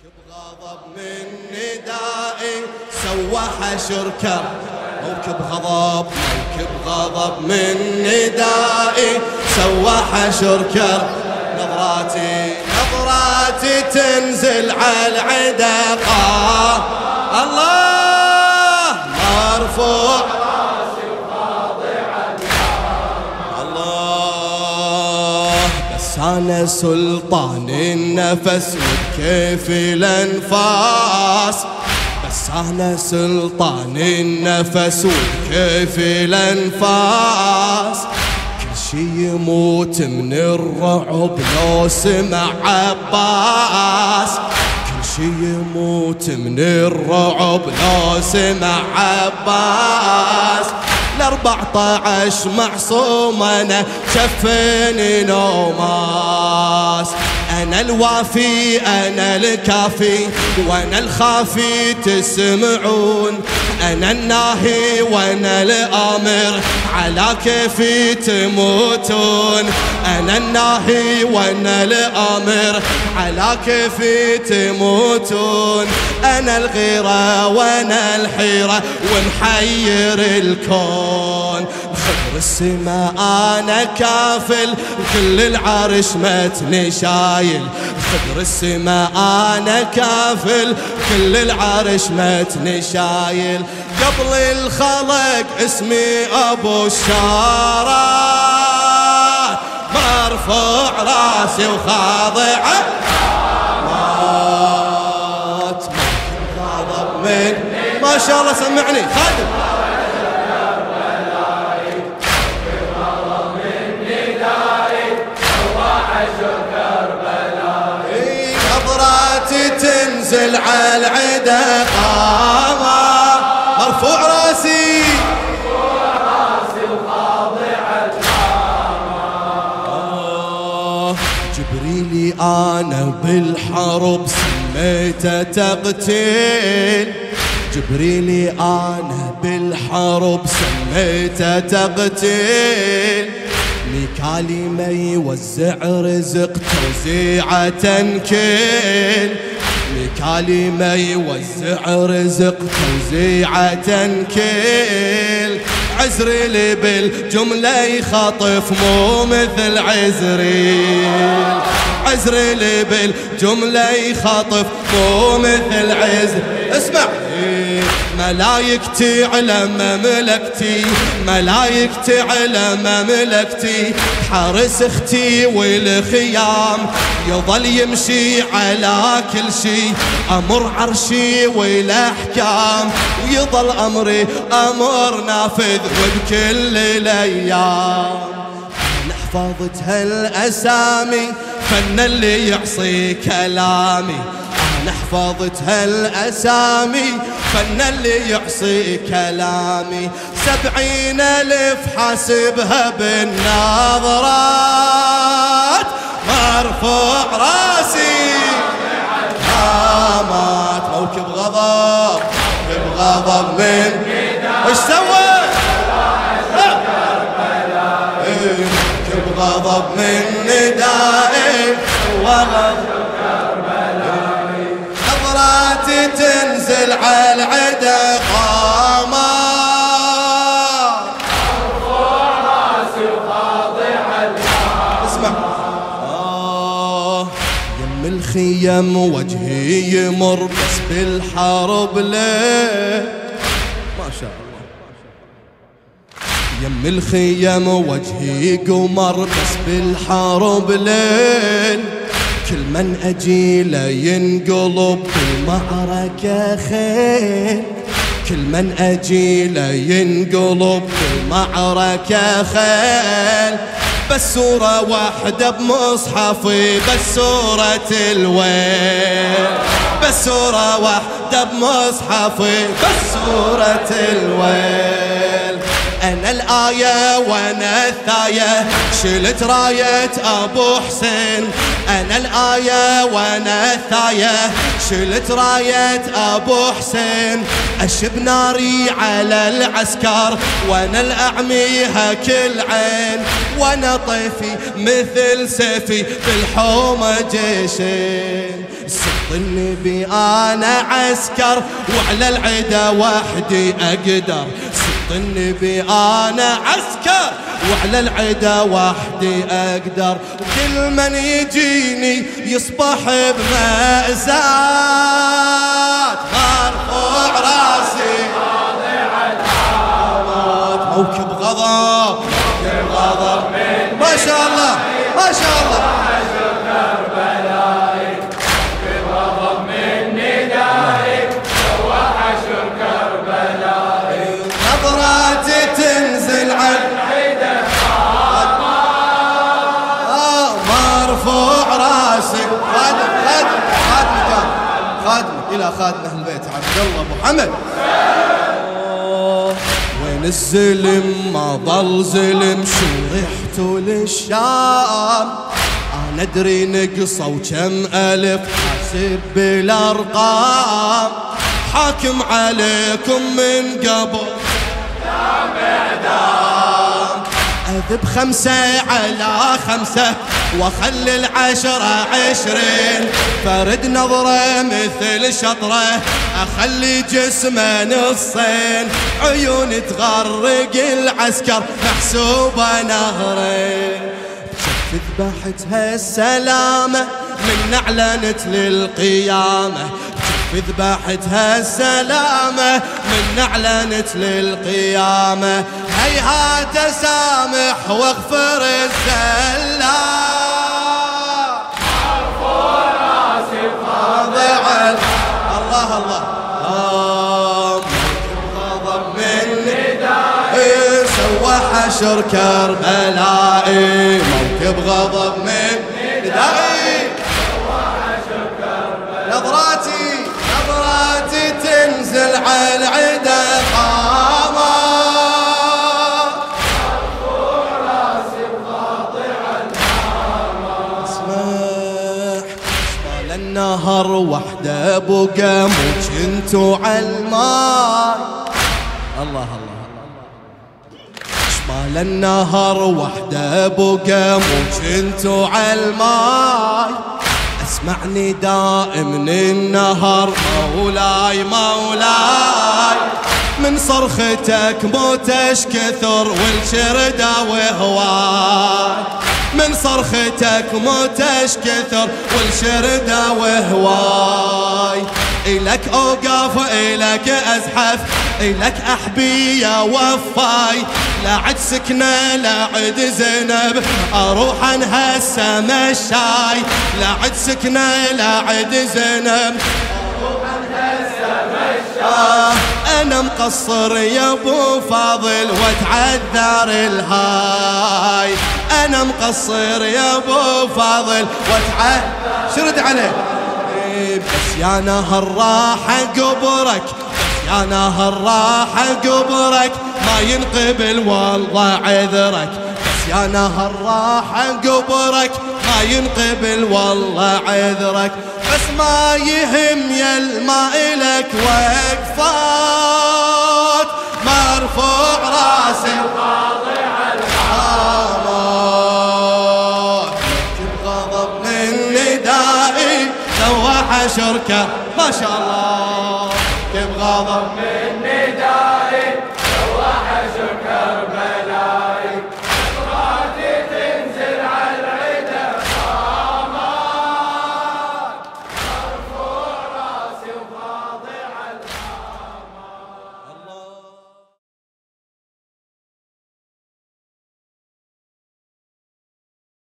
غضب من ندائي سوى حشر كر موكب غضب من ندائي سوى حشر كر نظراتي تنزل على العدقة الله مرفوع راسي وخاضع الله بس أنا سلطان النفس وكيف الأنفاس بس أنا سلطان النفس وكيف الأنفاس كل شي يموت من الرعب لو سمع عباس كل شي يموت من الرعب لو سمع عباس ال14 معصوم أنا شفني نوماس أنا الوافي أنا الكافي وأنا الخافي تسمعون أنا الناهي وأنا الآمر على كيفي تموتون أنا الناهي وأنا الآمر على كيفي تموتون أنا الغيرة وأنا الحيرة ونحير الكون بخبر السماء أنا كافل كل العرش متني شايل بخبر السماء أنا كافل كل العرش متني شايل قبل الخلق اسمي أبو الشارع مرفوع راسي وخاضع غضب من ما شاء الله سمعني خادم تنزل على العدا قامة مرفوع راسي وخاضع القامة جبريلي أنا بالحرب سميته تقتيل جبريلي أنا بالحرب سميته تقتيل ميكالي ما يوزع رزق توزيعة تنكيل ميكالي ما يوزع رزق توزيعة تنكيل عزريل بالجملة يخطف مو مثل عزريل عزريل بالجملة يخطف مو مثل عزريل اسمع ملايكتي على مملكتي ملايكتي على مملكتي حارس اختي والخيام يظل يمشي على كل شي امر عرشي والاحكام ويظل امري امر نافذ وبكل الايام حفظت هالاسامي فن اللي يعصي كلامي أنا حفظت هالأسامي فن اللي يعصي كلامي 70,000 حاسبها بالناظرات مرفوع راسي قامت موكب غضب من ايش سوى موكب غضب من ندائي وغضب تنزل على العدا قامة مرفوع راسي وخاضع القامة اسمع يم الخيم وجهي يمر بس بالحرب ليه ما شاء الله يم الخيم وجهي قمر بس بالحرب ليل كل من أجيله ينقلب بالمعركة خيل كل من أجيله ينقلب بالمعركة خيل بس سورة واحدة بمصحفي بس سورة الويل بس سورة واحدة بمصحفي بس سورة الويل أنا الآية وأنا الثاية شلت راية أبو حسين. أنا الآية وأنا الثاية شلت راية أبو حسين. أشب ناري على العسكر وأنا الأعميها كل عين. وأنا طيفي مثل سيفي في الحومة جيشين. صدق النبي أنا عسكر وعلى العدا وحدي أقدر. صدق النبي أنا عسكر وعلى العدا وحدي أقدر. وكل من يجيني يصبح بمأساة. مرفوع راسي موكب غضب ما شاء الله ما شاء الله. نظراتي تنزل عن مرفوع راسي. خادم إلى خادم أهل البيت عبد الله أبو حمد. وين الزلم ما ضل زلم شو ريحته للشام. أنا أدري نقصة وكم ألف حاسب بالأرقام. حاكم عليكم من قبل أذب 5 على 5 وخلي 10 20. فرد نظرة مثل شطرة أخلي جسمه نصين. عيون تغرق العسكر محسوبة نهرين. شف ذبحتها السلامة من أعلنت للقيامة. ذبحتها السلامة من أعلنت للقيامة. هيهات سامح واغفر الزلام. مرفوع راسي خاضع الله الله. غضب من ندائي سوى حشر كربلائي. موكب غضب من ندائي نظراتي تنزل على العدا قامة. مرفوع راسي وقاطع الهامة. اسمح شمال النهر وحده بقى مو كنتو عالماي. الله الله. شمال النهر وحده بقى مو كنتو عالماي. اسمع نداء من النهر مولاي مولاي. من صرختك موتش كثر والشردة وهواي. من صرختك موتش كثر والشردة وهواي. إلك أوقف إلك أزحف إلك أحبي يا وفاي. لا عد سكنة لا عد زينب أروح عنها السما الشاي. لا عد سكنة لا عد زينب أروح عنها السما الشاي. أنا مقصر يا أبو فاضل واتعذر الهاي. أنا مقصر يا أبو فاضل واتعذر. شرد عليه بس يا نهر راح قبرك. يا نهر راح قبرك ما ينقبل والله عذرك. بس يا نهر راح قبرك ما ينقبل والله عذرك. بس ما يهم يا الماء لك وقفات. مرفوع راسي وقاطع الحامات. غضب من ندائي سوى حشركه ما شاء الله. كيف غضب من ندائي